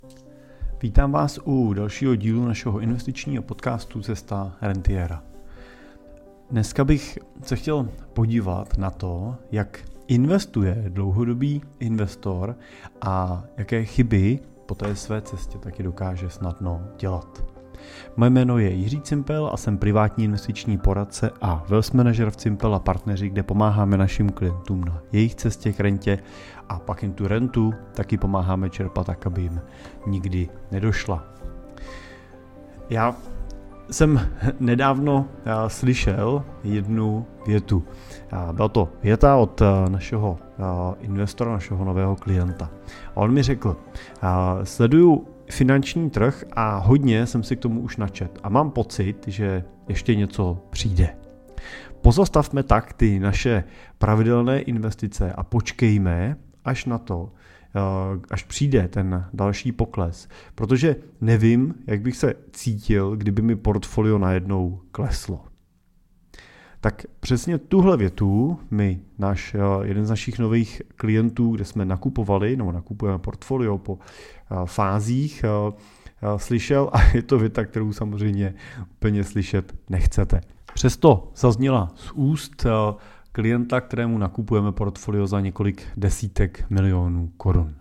Vítám vás u dalšího dílu našeho investičního podcastu Cesta rentiera. Dneska bych se chtěl podívat na to, jak investuje dlouhodobý investor a jaké chyby po té své cestě taky dokáže snadno dělat. Moje jméno je Jiří Cimpel a jsem privátní investiční poradce a wealth manager v Cimpel a partneři, kde pomáháme našim klientům na jejich cestě k rentě a pak jim tu rentu taky pomáháme čerpat tak, aby jim nikdy nedošla. Já jsem nedávno slyšel jednu větu. Byla to věta od našeho investora, našeho nového klienta. A on mi řekl, sleduju finanční trh a hodně jsem si k tomu už načet a mám pocit, že ještě něco přijde. Pozastavme tak ty naše pravidelné investice a počkejme až na to, až přijde ten další pokles, protože nevím, jak bych se cítil, kdyby mi portfolio najednou kleslo. Tak přesně tuhle větu mi jeden z našich nových klientů, kde jsme nakupujeme portfolio po fázích, slyšel a je to věta, kterou samozřejmě úplně slyšet nechcete. Přesto zazněla z úst klienta, kterému nakupujeme portfolio za několik desítek milionů korun.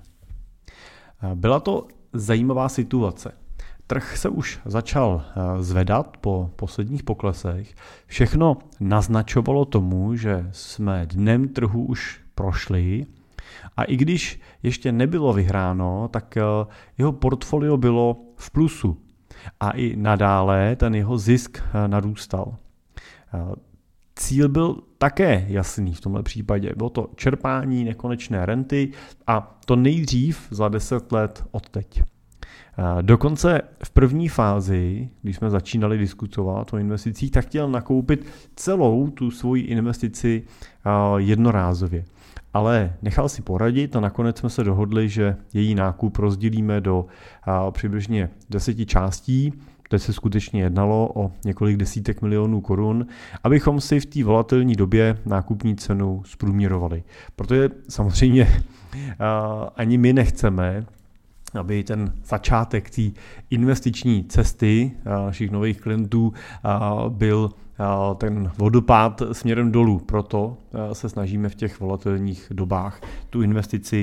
Byla to zajímavá situace. Trh se už začal zvedat po posledních poklesech. Všechno naznačovalo tomu, že jsme dnem trhu už prošli a i když ještě nebylo vyhráno, tak jeho portfolio bylo v plusu a i nadále ten jeho zisk narůstal. Cíl byl také jasný v tomhle případě. Bylo to čerpání nekonečné renty a to nejdřív za 10 let od teď. Dokonce v první fázi, když jsme začínali diskutovat o investicích, tak chtěl nakoupit celou tu svoji investici jednorázově. Ale nechal si poradit a nakonec jsme se dohodli, že její nákup rozdělíme do přibližně 10 částí, kde se skutečně jednalo o několik desítek milionů korun, abychom si v té volatilní době nákupní cenu zprůměrovali. Protože samozřejmě ani my nechceme, aby ten začátek té investiční cesty našich nových klientů byl ten vodopád směrem dolů. Proto se snažíme v těch volatilních dobách tu investici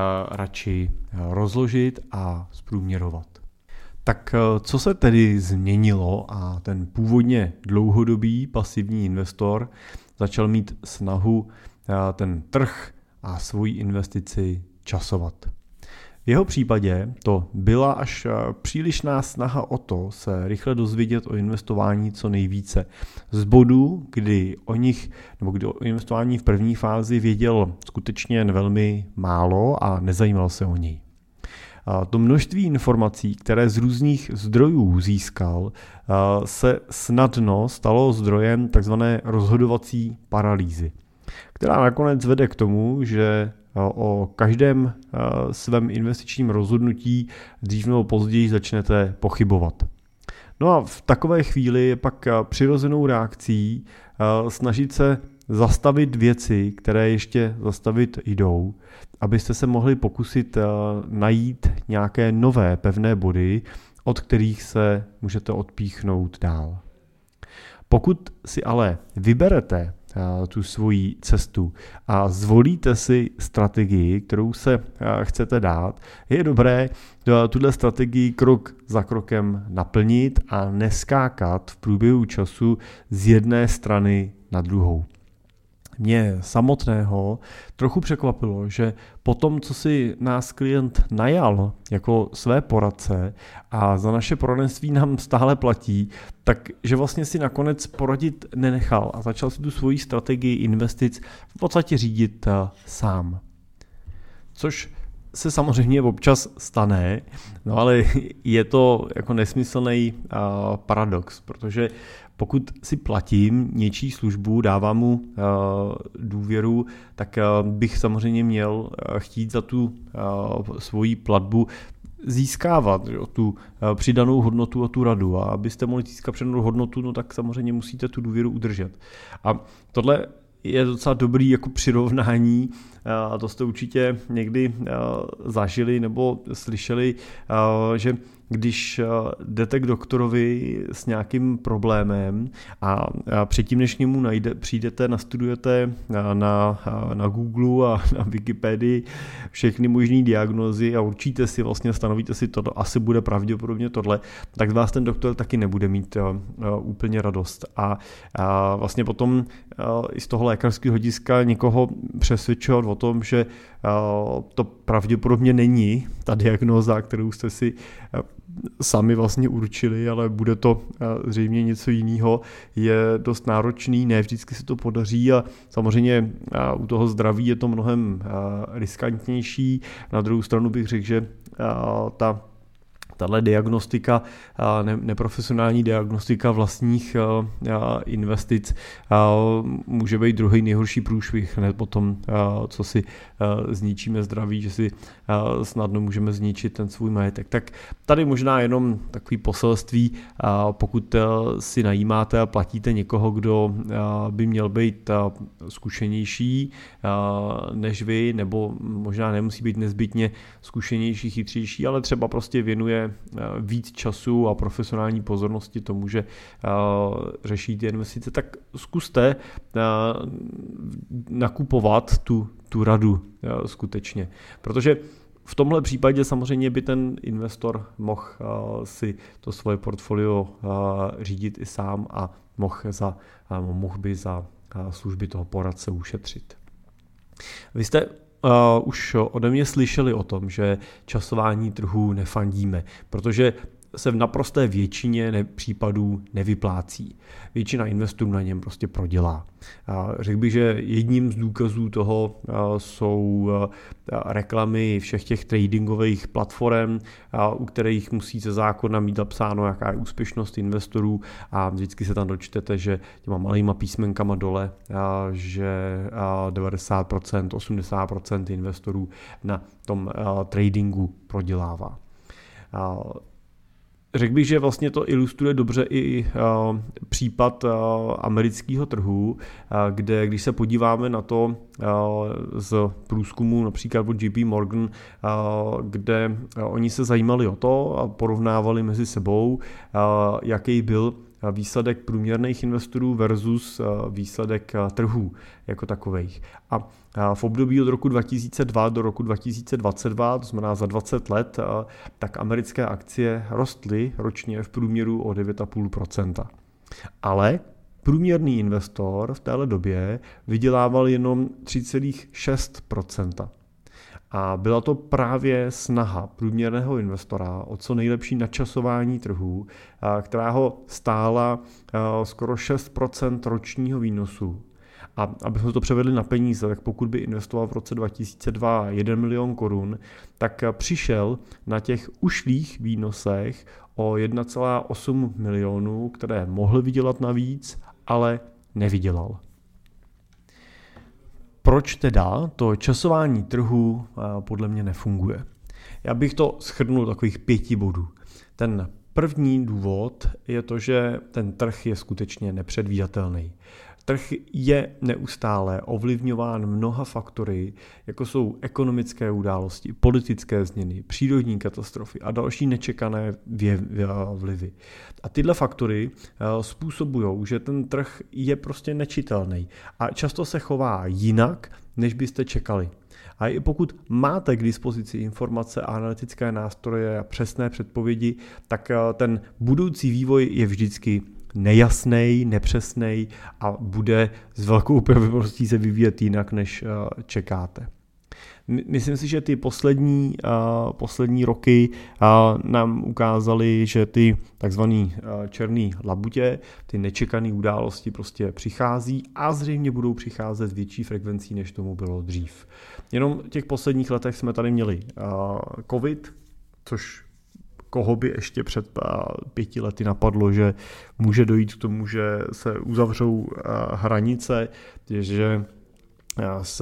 radši rozložit a zprůměrovat. Tak co se tedy změnilo a ten původně dlouhodobý pasivní investor začal mít snahu ten trh a svoji investici časovat? V jeho případě to byla až přílišná snaha o to se rychle dozvědět o investování co nejvíce. Z bodu, kdy o investování v první fázi věděl skutečně jen velmi málo a nezajímal se o něj. To množství informací, které z různých zdrojů získal, se snadno stalo zdrojem tzv. Rozhodovací paralýzy, která nakonec vede k tomu, že o každém svém investičním rozhodnutí dřív nebo později začnete pochybovat. No a v takové chvíli je pak přirozenou reakcí snažit se zastavit věci, které ještě zastavit jdou, abyste se mohli pokusit najít nějaké nové pevné body, od kterých se můžete odpíchnout dál. Pokud si ale vyberete tu svoji cestu a zvolíte si strategii, kterou se chcete dát, je dobré tuhle strategii krok za krokem naplnit a neskákat v průběhu času z jedné strany na druhou. Mě samotného trochu překvapilo, že po tom, co si nás klient najal jako své poradce a za naše poradenství nám stále platí, takže vlastně si nakonec poradit nenechal a začal si tu svoji strategii investic v podstatě řídit sám. Což se samozřejmě občas stane, no ale je to jako nesmyslný paradox, protože pokud si platím něčí službu, dávám mu důvěru, tak bych samozřejmě měl chtít za tu svoji platbu získávat tu přidanou hodnotu a tu radu. A abyste mohli získat přidanou hodnotu, no tak samozřejmě musíte tu důvěru udržet. A tohle je docela dobrý jako přirovnání a to jste určitě někdy zažili nebo slyšeli, že když jdete k doktorovi s nějakým problémem a předtím, než k němu přijdete, nastudujete na Google a na Wikipedii všechny možné diagnózy a určíte si, vlastně stanovíte si, to asi bude pravděpodobně tohle, tak z vás ten doktor taky nebude mít úplně radost. A vlastně potom i z toho lékařského hlediska někoho přesvědčovat o tom, že to pravděpodobně není ta diagnóza, kterou jste si sami vlastně určili, ale bude to zřejmě něco jiného, je dost náročný, ne vždycky se to podaří a samozřejmě u toho zdraví je to mnohem riskantnější. Na druhou stranu bych řekl, že tahle diagnostika, neprofesionální diagnostika vlastních investic může být druhý nejhorší průšvih hned po tom, co si zničíme zdraví, že si snadno můžeme zničit ten svůj majetek. Tak tady možná jenom takový poselství, pokud si najímáte a platíte někoho, kdo by měl být zkušenější než vy, nebo možná nemusí být nezbytně zkušenější, chytřejší, ale třeba prostě věnuje víc času a profesionální pozornosti tomu, že řeší ty investice, tak zkuste nakupovat tu radu skutečně. Protože v tomhle případě samozřejmě by ten investor mohl si to svoje portfolio řídit i sám a mohl by za služby toho poradce ušetřit. Vy jste už ode mě slyšeli o tom, že časování trhu nefandíme, protože se v naprosté většině případů nevyplácí. Většina investorů na něm prostě prodělá. Řekl bych, že jedním z důkazů toho jsou reklamy všech těch tradingových platform, u kterých musí ze zákona mít napsáno, jaká je úspěšnost investorů a vždycky se tam dočtete, že těma malýma písmenkama dole, že 90%, 80% investorů na tom tradingu prodělává. Řekl bych, že vlastně to ilustruje dobře i případ amerického trhu, kde když se podíváme na to z průzkumu například od JP Morgan, kde oni se zajímali o to a porovnávali mezi sebou, jaký byl výsledek průměrných investorů versus výsledek trhů jako takových. A v období od roku 2002 do roku 2022, to znamená za 20 let, tak americké akcie rostly ročně v průměru o 9,5%. Ale průměrný investor v téhle době vydělával jenom 3,6%. A byla to právě snaha průměrného investora o co nejlepší načasování trhu, která ho stála skoro 6% ročního výnosu. A abychom to převedli na peníze, tak pokud by investoval v roce 2002 1 milion korun, tak přišel na těch ušlých výnosech o 1,8 milionů, které mohl vydělat navíc, ale nevydělal. Proč teda to časování trhu podle mě nefunguje? Já bych to shrnul do takových 5 bodů. Ten první důvod je to, že ten trh je skutečně nepředvídatelný. Trh je neustále ovlivňován mnoha faktory, jako jsou ekonomické události, politické změny, přírodní katastrofy a další nečekané vlivy. A tyhle faktory způsobují, že ten trh je prostě nečitelný a často se chová jinak, než byste čekali. A i pokud máte k dispozici informace a analytické nástroje a přesné předpovědi, tak ten budoucí vývoj je vždycky nejasnej, nepřesnej a bude s velkou pravděpodobností se vyvíjet jinak, než čekáte. Myslím si, že ty poslední roky nám ukázaly, že ty takzvané černé labutě, ty nečekané události prostě přichází a zřejmě budou přicházet s větší frekvencí, než tomu bylo dřív. Jenom v těch posledních letech jsme tady měli COVID, což koho by ještě před 5 lety napadlo, že může dojít k tomu, že se uzavřou hranice, že se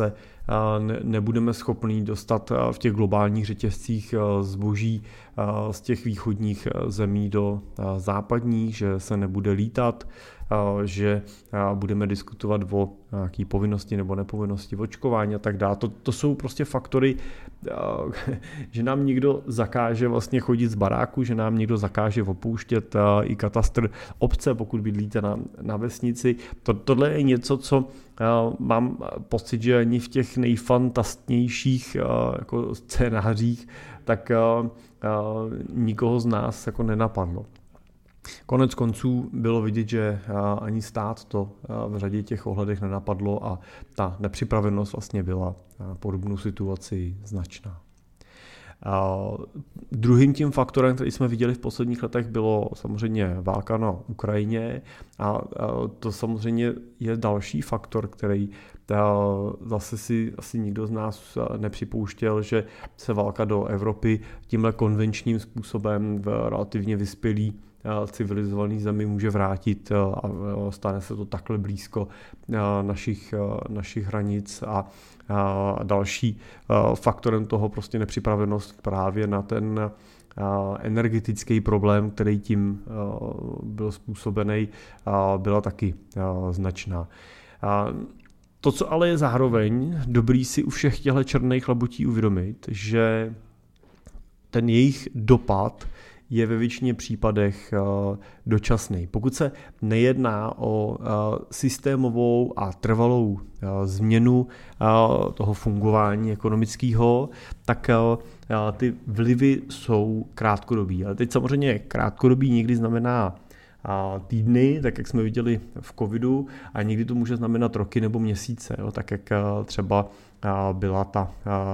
nebudeme schopní dostat v těch globálních řetězcích zboží z těch východních zemí do západních, že se nebude lítat, že budeme diskutovat o nějaké povinnosti nebo nepovinnosti očkování a tak dále. To jsou prostě faktory, že nám někdo zakáže vlastně chodit z baráku, že nám někdo zakáže opouštět i katastr obce, pokud bydlíte na vesnici. Tohle je něco, co mám pocit, že ani v těch nejfantastnějších jako scénářích tak nikoho z nás jako nenapadlo. Konec konců bylo vidět, že ani stát to v řadě těch ohledech nenapadlo a ta nepřipravenost vlastně byla podobnou situaci značná. Druhým tím faktorem, který jsme viděli v posledních letech, bylo samozřejmě válka na Ukrajině a to samozřejmě je další faktor, který zase si asi nikdo z nás nepřipouštěl, že se válka do Evropy tímhle konvenčním způsobem v relativně vyspělý civilizovaný zemi může vrátit a stane se to takhle blízko našich hranic a další faktorem toho prostě nepřipravenost právě na ten energetický problém, který tím byl způsobený, byla taky značná. To, co ale je zároveň dobrý si u všech těchto černých labutí uvědomit, že ten jejich dopad je ve většině případech dočasný. Pokud se nejedná o systémovou a trvalou změnu toho fungování ekonomického, tak ty vlivy jsou krátkodobí. Ale teď samozřejmě krátkodobí někdy znamená týdny, tak jak jsme viděli v covidu, a někdy to může znamenat roky nebo měsíce, tak jak třeba byla ta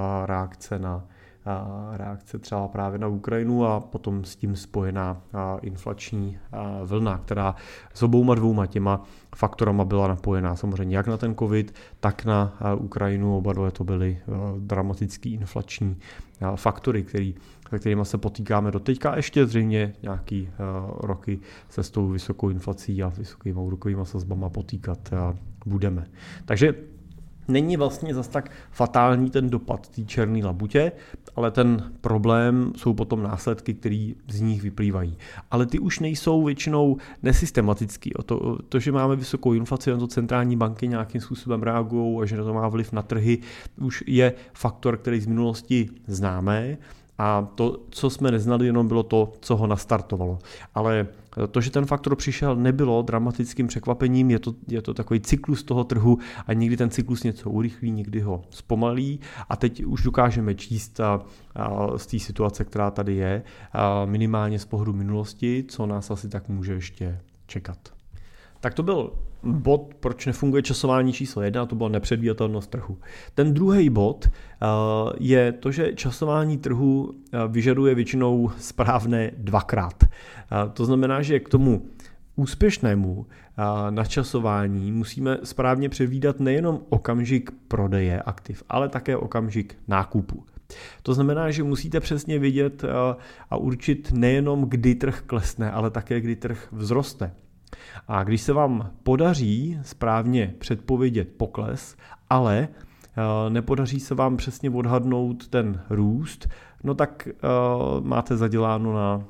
reakce třeba právě na Ukrajinu a potom s tím spojená inflační vlna, která s obouma dvouma těma faktorama byla napojená. Samozřejmě jak na ten covid, tak na Ukrajinu. Oba dvě to byly dramatický inflační faktory, se kterými se potýkáme doteďka a ještě zřejmě nějaký roky se s tou vysokou inflací a vysokými úrokovými sazbama potýkat budeme. Takže není vlastně zas tak fatální ten dopad té černé labutě, ale ten problém jsou potom následky, které z nich vyplývají. Ale ty už nejsou většinou nesystematický. To, že máme vysokou inflaci, na to centrální banky nějakým způsobem reagují a že to má vliv na trhy, už je faktor, který z minulosti známe. A to, co jsme neznali, jenom bylo to, co ho nastartovalo. Ale to, že ten faktor přišel, nebylo dramatickým překvapením, je to takový cyklus toho trhu a někdy ten cyklus něco urychlí, někdy ho zpomalí a teď už dokážeme číst z té situace, která tady je, minimálně z pohledu minulosti, co nás asi tak může ještě čekat. Tak to byl bod, proč nefunguje časování číslo 1, a to byla nepředvídatelnost trhu. Ten druhý bod je to, že časování trhu vyžaduje většinou správné dvakrát. To znamená, že k tomu úspěšnému načasování musíme správně předvídat nejenom okamžik prodeje aktiv, ale také okamžik nákupu. To znamená, že musíte přesně vědět a určit nejenom, kdy trh klesne, ale také, kdy trh vzroste. A když se vám podaří správně předpovědět pokles, ale nepodaří se vám přesně odhadnout ten růst, no tak máte zaděláno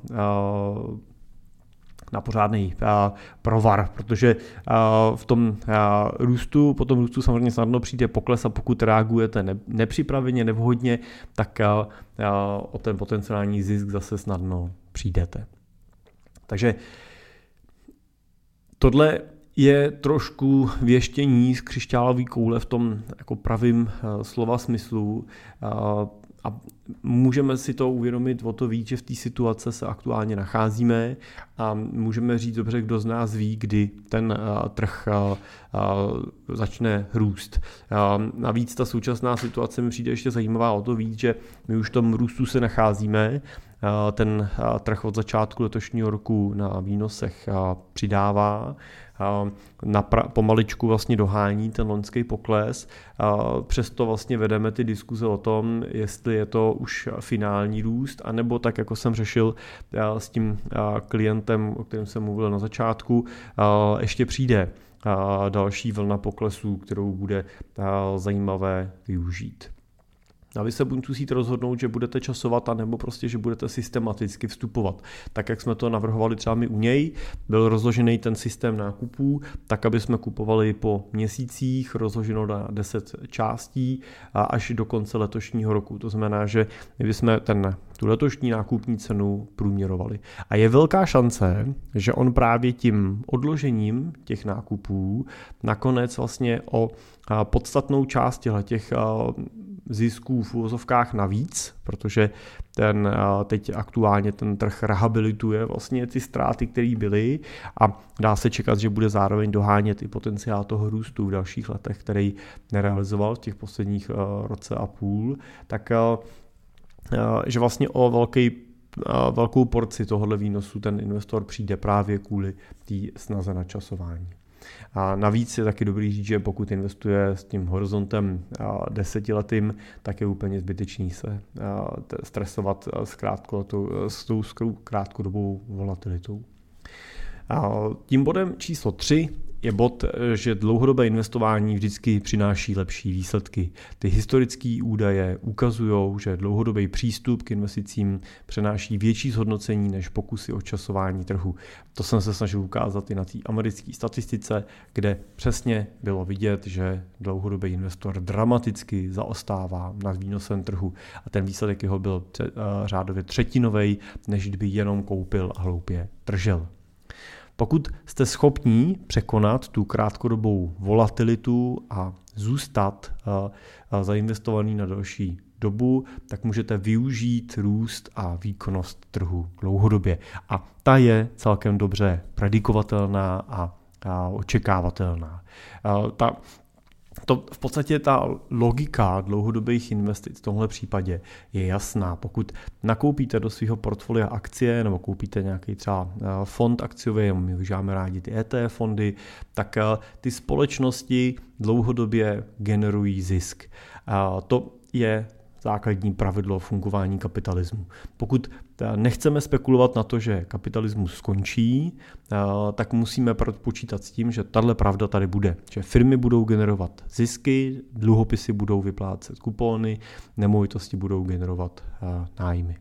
na pořádný provar, protože v tom růstu, po tom růstu samozřejmě snadno přijde pokles a pokud reagujete nepřipraveně, nevhodně, tak o ten potenciální zisk zase snadno přijdete. Takže tohle je trošku věštění z křišťálové koule v tom jako pravým slova smyslu a můžeme si to uvědomit o to víc, že v té situaci se aktuálně nacházíme a můžeme říct dobře, kdo z nás ví, kdy ten trh začne růst. Navíc ta současná situace mi přijde ještě zajímavá o to víc, že my už v tom růstu se nacházíme. Ten trh od začátku letošního roku na výnosech přidává, pomaličku vlastně dohání ten loňský pokles. Přesto vlastně vedeme ty diskuze o tom, jestli je to už finální růst, anebo tak, jako jsem řešil s tím klientem, o kterém jsem mluvil na začátku, ještě přijde další vlna poklesů, kterou bude zajímavé využít. A vy se buď musíte rozhodnout, že budete časovat, anebo prostě, že budete systematicky vstupovat. Tak, jak jsme to navrhovali třeba my u něj, byl rozložený ten systém nákupů, tak, aby jsme kupovali po měsících, rozloženo na 10 částí až do konce letošního roku. To znamená, že my bychom tu letošní nákupní cenu průměrovali. A je velká šance, že on právě tím odložením těch nákupů nakonec vlastně o podstatnou část těch zisků v uvozovkách navíc, protože teď aktuálně ten trh rehabilituje vlastně ty ztráty, které byly a dá se čekat, že bude zároveň dohánět i potenciál toho růstu v dalších letech, který nerealizoval v těch posledních roce a půl, tak že vlastně o velkou porci tohohle výnosu ten investor přijde právě kvůli té snaze na časování. A navíc je taky dobrý říct, že pokud investuje s tím horizontem 10letým, tak je úplně zbytečný se stresovat s tou krátkodobou volatilitou. Tím bodem číslo 3 je bod, že dlouhodobé investování vždycky přináší lepší výsledky. Ty historické údaje ukazují, že dlouhodobý přístup k investicím přináší větší zhodnocení než pokusy o časování trhu. To jsem se snažil ukázat i na té americké statistice, kde přesně bylo vidět, že dlouhodobý investor dramaticky zaostává nad výnosem trhu a ten výsledek jeho byl řádově třetinovej, než kdyby jenom koupil a hloupě držel. Pokud jste schopní překonat tu krátkodobou volatilitu a zůstat zainvestovaný na další dobu, tak můžete využít růst a výkonnost trhu dlouhodobě. A ta je celkem dobře predikovatelná a očekávatelná. V podstatě ta logika dlouhodobých investic v tomhle případě je jasná. Pokud nakoupíte do svého portfolia akcie nebo koupíte nějaký třeba fond akciový, my užíváme rádi ty ETF fondy, tak ty společnosti dlouhodobě generují zisk. To je základní pravidlo fungování kapitalismu. Pokud nechceme spekulovat na to, že kapitalismus skončí, tak musíme počítat s tím, že tahle pravda tady bude. Že firmy budou generovat zisky, dluhopisy budou vyplácet kupóny, nemovitosti budou generovat nájmy.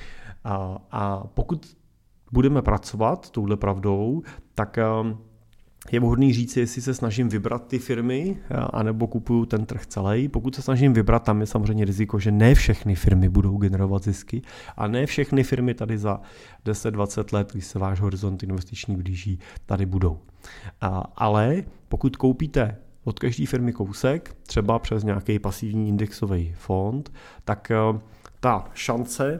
A pokud budeme pracovat touhle pravdou, tak je vhodný říct, jestli se snažím vybrat ty firmy, anebo kupuju ten trh celý. Pokud se snažím vybrat, tam je samozřejmě riziko, že ne všechny firmy budou generovat zisky a ne všechny firmy tady za 10-20 let, když se váš horizont investiční blíží, tady budou. Ale pokud koupíte od každé firmy kousek, třeba přes nějaký pasivní indexový fond, tak ta šance,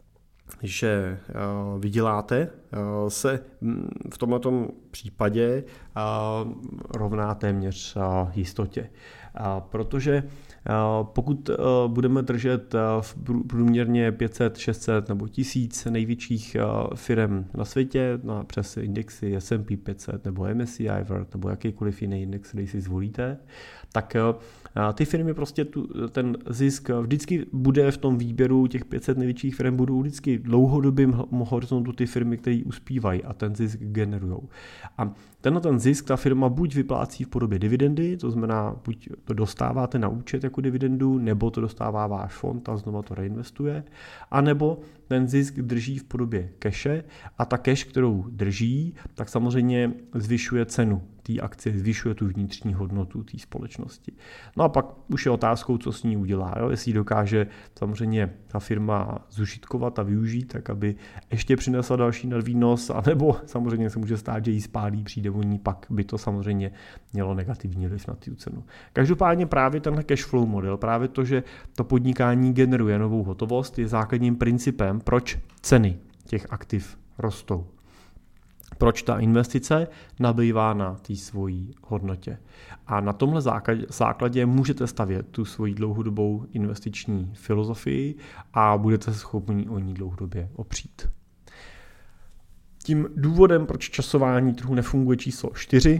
že vyděláte, se v tomto případě rovná téměř jistotě. Protože pokud budeme držet průměrně 500, 600 nebo 1000 největších firm na světě přes indexy S&P 500 nebo MSCI World nebo jakýkoliv jiný index, který si zvolíte, tak ty firmy prostě ten zisk vždycky bude v tom výběru těch 500 největších firm, budou vždycky dlouhodobým horizontu ty firmy, které uspívají a ten zisk generujou. A ten zisk ta firma buď vyplácí v podobě dividendy, to znamená, buď to dostáváte na účet jako dividendu, nebo to dostává váš fond a znova to reinvestuje, anebo ten zisk drží v podobě cache a ta cash, kterou drží, tak samozřejmě zvyšuje cenu té akcie, zvyšuje tu vnitřní hodnotu té společnosti. No a pak už je otázkou, co s ní udělá. Jo? Jestli dokáže samozřejmě ta firma zužitkovat a využít, tak aby ještě přinesla další nadvýnos, anebo samozřejmě se může stát, že jí spálí, přijde o ní, pak by to samozřejmě mělo negativní vliv na tu cenu. Každopádně právě tenhle cash flow model, právě to, že to podnikání generuje novou hotovost, je základním principem, proč ceny těch aktiv rostou. Proč ta investice nabývá na té svojí hodnotě. A na tomhle základě můžete stavět tu svoji dlouhodobou investiční filozofii a budete schopni o ní dlouhodobě opřít. Tím důvodem, proč časování trhu nefunguje číslo 4,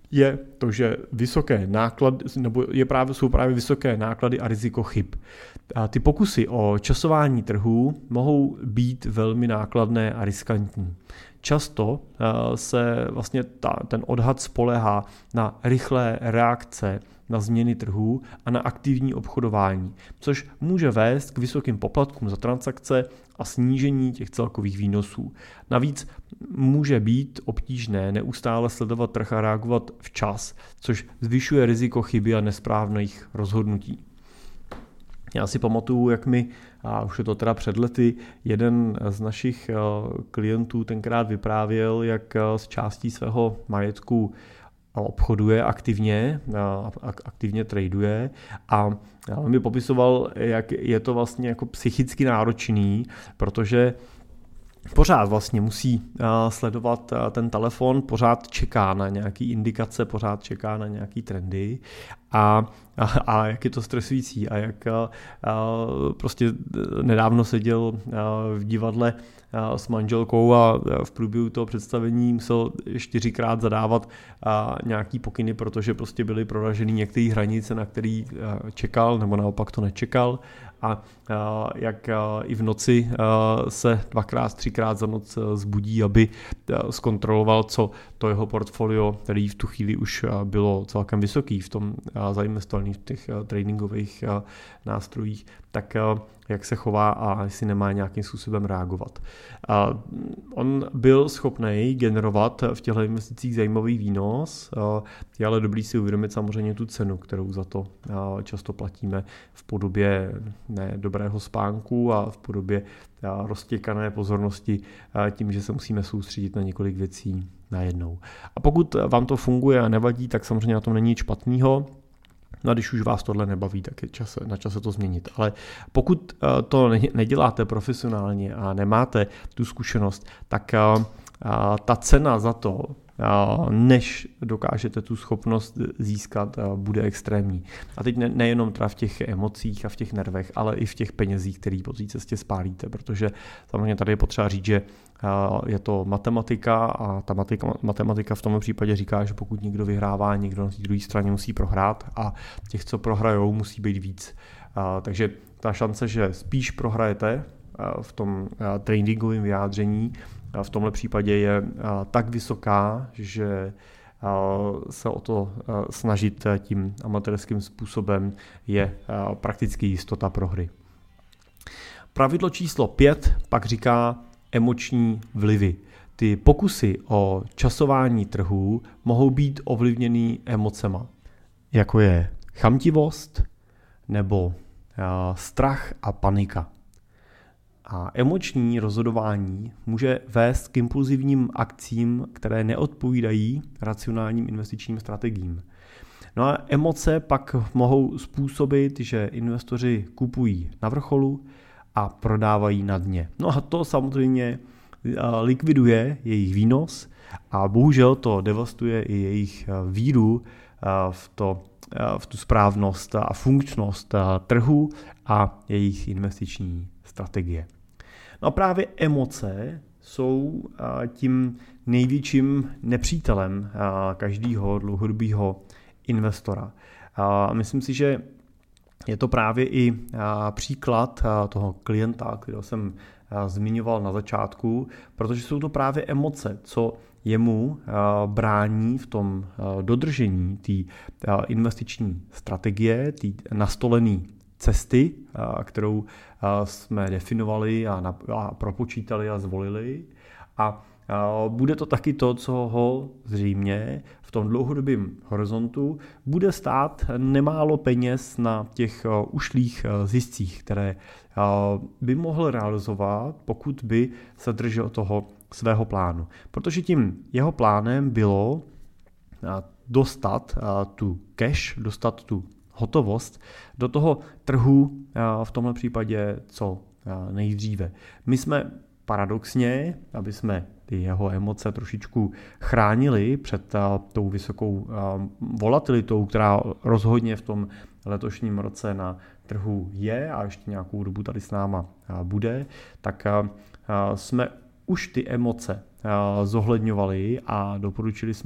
je to, že vysoké náklady, nebo jsou právě vysoké náklady a riziko chyb. A ty pokusy o časování trhu mohou být velmi nákladné a riskantní. Často se vlastně ten odhad spoléhá na rychlé reakce na změny trhu a na aktivní obchodování, což může vést k vysokým poplatkům za transakce a snížení těch celkových výnosů. Navíc může být obtížné neustále sledovat trh a reagovat včas, což zvyšuje riziko chyby a nesprávných rozhodnutí. Já si pamatuju, jak mi, a už je to teda před lety, jeden z našich klientů tenkrát vyprávěl, jak z částí svého majetku obchoduje aktivně traduje a on mi popisoval, jak je to vlastně jako psychicky náročný, protože pořád vlastně musí sledovat ten telefon, pořád čeká na nějaký indikace, pořád čeká na nějaký trendy a jak je to stresující a jak prostě nedávno seděl v divadle s manželkou a v průběhu toho představení musel 4krát zadávat nějaký pokyny, protože prostě byly proražený některé hranice, na který čekal nebo naopak to nečekal a jak i v noci se 2x, 3x za noc zbudí, aby zkontroloval, co to jeho portfolio, který v tu chvíli už bylo celkem vysoký v tom zainvestovaných v těch tradingových nástrojích, tak jak se chová a jestli nemá nějakým způsobem reagovat. On byl schopný generovat v těchto investicích zajímavý výnos, je ale dobrý si uvědomit samozřejmě tu cenu, kterou za to často platíme v podobě dobrého spánku a v podobě roztěkané pozornosti tím, že se musíme soustředit na několik věcí najednou. A pokud vám to funguje a nevadí, tak samozřejmě na tom není nic špatného. No a když už vás tohle nebaví, tak je na čase to změnit. Ale pokud to neděláte profesionálně a nemáte tu zkušenost, tak ta cena za to, než dokážete tu schopnost získat, bude extrémní. A teď nejenom teda v těch emocích a v těch nervech, ale i v těch penězích, který po té cestě spálíte, protože samozřejmě tady je potřeba říct, že je to matematika a ta matematika v tomto případě říká, že pokud někdo vyhrává, někdo na té druhé straně musí prohrát a těch, co prohrajou, musí být víc. Takže ta šance, že spíš prohrajete v tom tradingovém vyjádření, v tomhle případě je tak vysoká, že se o to snažit tím amatérským způsobem je prakticky jistota prohry. Pravidlo číslo 5 pak říká emoční vlivy. Ty pokusy o časování trhů mohou být ovlivněny emocema, jako je chamtivost nebo strach a panika. A emoční rozhodování může vést k impulzivním akcím, které neodpovídají racionálním investičním strategiím. No a emoce pak mohou způsobit, že investoři kupují na vrcholu a prodávají na dně. No a to samozřejmě likviduje jejich výnos a bohužel to devastuje i jejich víru v tu správnost a funkčnost trhu a jejich investiční strategie. No a právě emoce jsou tím největším nepřítelem každého dlouhodobého investora. Myslím si, že je to právě i příklad toho klienta, kterého jsem zmiňoval na začátku, protože jsou to právě emoce, co jemu brání v tom dodržení té investiční strategie, té nastolené cesty, kterou jsme definovali a propočítali a zvolili. A bude to taky to, co ho zřejmě v tom dlouhodobém horizontu bude stát nemálo peněz na těch ušlých ziscích, které by mohl realizovat, pokud by se držel toho svého plánu. Protože tím jeho plánem bylo dostat tu cash, dostat tu hotovost do toho trhu v tomhle případě co nejdříve. My jsme paradoxně, aby jsme ty jeho emoce trošičku chránili před tou vysokou volatilitou, která rozhodně v tom letošním roce na trhu je a ještě nějakou dobu tady s náma bude, tak jsme už ty emoce zohledňovali a doporučili jsme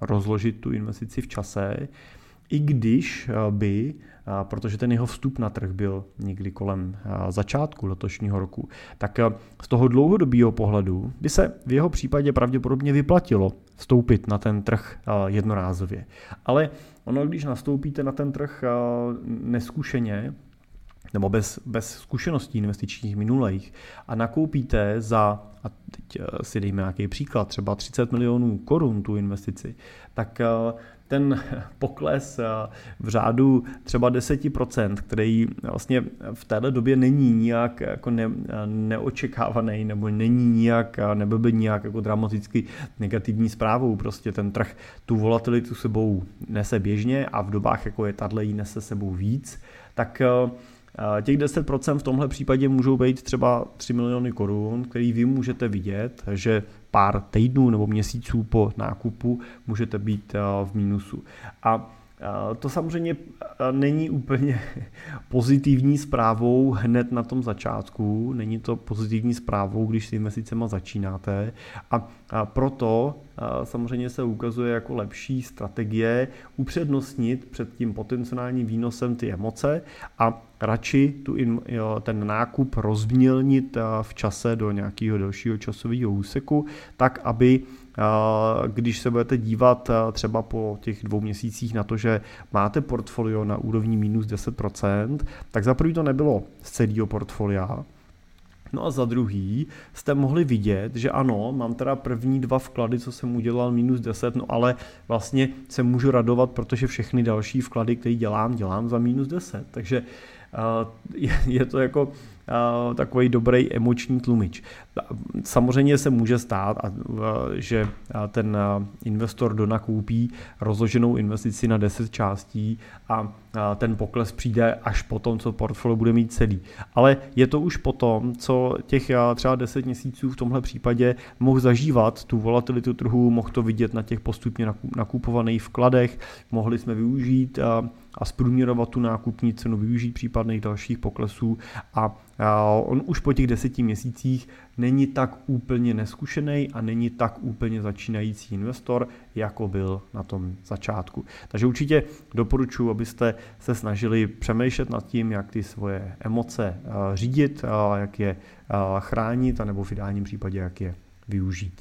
rozložit tu investici v čase, i když by, protože ten jeho vstup na trh byl někdy kolem začátku letošního roku, tak z toho dlouhodobého pohledu by se v jeho případě pravděpodobně vyplatilo vstoupit na ten trh jednorázově. Ale ono, když nastoupíte na ten trh neskušeně, nebo bez zkušeností investičních minulých a nakoupíte a teď si dejme nějaký příklad, třeba 30 milionů korun tu investici, tak ten pokles v řádu třeba 10%, který vlastně v této době není nijak jako neočekávaný, nebo není nijak, nebyl by nijak jako dramaticky negativní zprávou. Prostě ten trh tu volatilitu sebou nese běžně a v dobách, jako je tato, ji nese sebou víc, tak těch 10% v tomhle případě můžou být třeba 3 miliony korun, který vy můžete vidět, že pár týdnů nebo měsíců po nákupu můžete být v mínusu. A to samozřejmě není úplně pozitivní zprávou hned na tom začátku, není to pozitivní zprávou, když s investicema začínáte a proto samozřejmě se ukazuje jako lepší strategie upřednostnit před tím potenciálním výnosem ty emoce a radši ten nákup rozmělnit v čase do nějakého dalšího časového úseku, tak aby když se budete dívat třeba po těch 2 měsících na to, že máte portfolio na úrovni minus 10%, tak za prvý to nebylo z celého portfolia. No a za druhý jste mohli vidět, že ano, mám teda první 2 vklady, co jsem udělal minus 10, no ale vlastně se můžu radovat, protože všechny další vklady, které dělám za minus 10. Takže je to jako takový dobrý emoční tlumič. Samozřejmě se může stát, že ten investor donakoupí rozloženou investici na 10 částí a ten pokles přijde až po tom, co portfolio bude mít celý. Ale je to už potom, co těch třeba 10 měsíců v tomhle případě mohl zažívat tu volatilitu trhu, mohl to vidět na těch postupně nakupovaných vkladech, mohli jsme využít a zprůměrovat tu nákupní cenu, využít případných dalších poklesů a on už po těch 10 měsících není tak úplně neskušený a není tak úplně začínající investor, jako byl na tom začátku. Takže určitě doporučuji, abyste se snažili přemýšlet nad tím, jak ty svoje emoce řídit, jak je chránit, anebo v ideálním případě, jak je využít.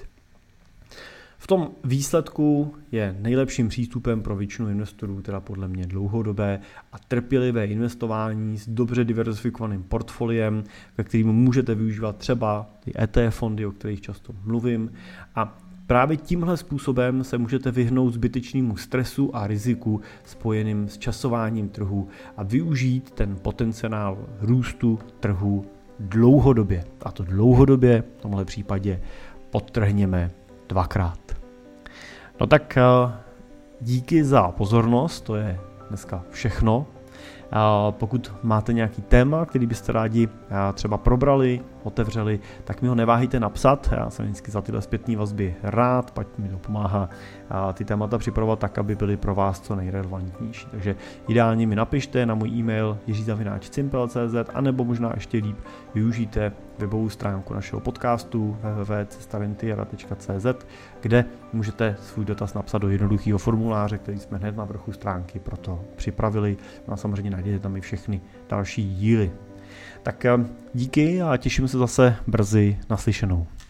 V tom výsledku je nejlepším přístupem pro většinu investorů, teda podle mě dlouhodobé a trpělivé investování s dobře diverzifikovaným portfoliem, ve kterým můžete využívat třeba ty ETF fondy, o kterých často mluvím. A právě tímhle způsobem se můžete vyhnout zbytečnému stresu a riziku spojeným s časováním trhu a využít ten potenciál růstu trhu dlouhodobě. A to dlouhodobě v tomhle případě podtrhněme 2krát. No tak díky za pozornost, to je dneska všechno. Pokud máte nějaký téma, který byste rádi třeba probrali, otevřeli, tak mi ho neváhejte napsat. Já jsem vždycky za tyhle zpětné vazby rád, pak mi to pomáhá ty témata připravovat tak, aby byly pro vás co nejrelevantnější. Takže ideálně mi napište na můj e-mail jiří@cimpel.cz anebo možná ještě líp využijte webovou stránku našeho podcastu www.cestaventiera.cz, kde můžete svůj dotaz napsat do jednoduchého formuláře, který jsme hned na vrchu stránky proto připravili. No a samozřejmě najdete tam i všechny další díly. Tak díky a těším se zase brzy naslyšenou.